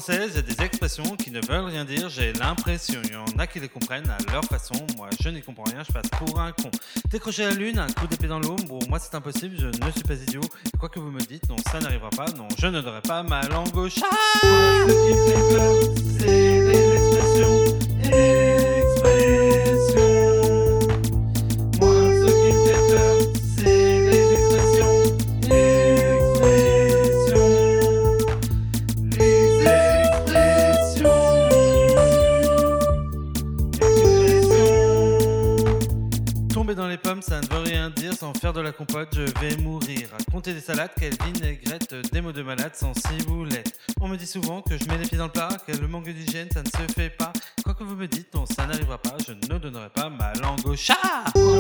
française, il y a des expressions qui ne veulent rien dire, j'ai l'impression. Il y en a qui les comprennent à leur façon. Moi, je n'y comprends rien, je passe pour un con. Décrocher la lune, un coup d'épée dans l'eau, bon, moi c'est impossible, je ne suis pas idiot. Et quoi que vous me dites, non, ça n'arrivera pas, non, je ne donnerai pas ma langue au chat. Moi, ce qui me fait peur, c'est les expressions. Moi, ce qui me fait peur, c'est les expressions. Tomber dans les pommes, ça ne veut rien dire. Sans faire de la compote, je vais mourir. Raconter des salades, quelle vinaigrette, des mots de malade sans ciboulette. On me dit souvent que je mets les pieds dans le plat, que le manque d'hygiène, ça ne se fait pas. Quoi que vous me dites, non, ça n'arrivera pas. Je ne donnerai pas ma langue au chat.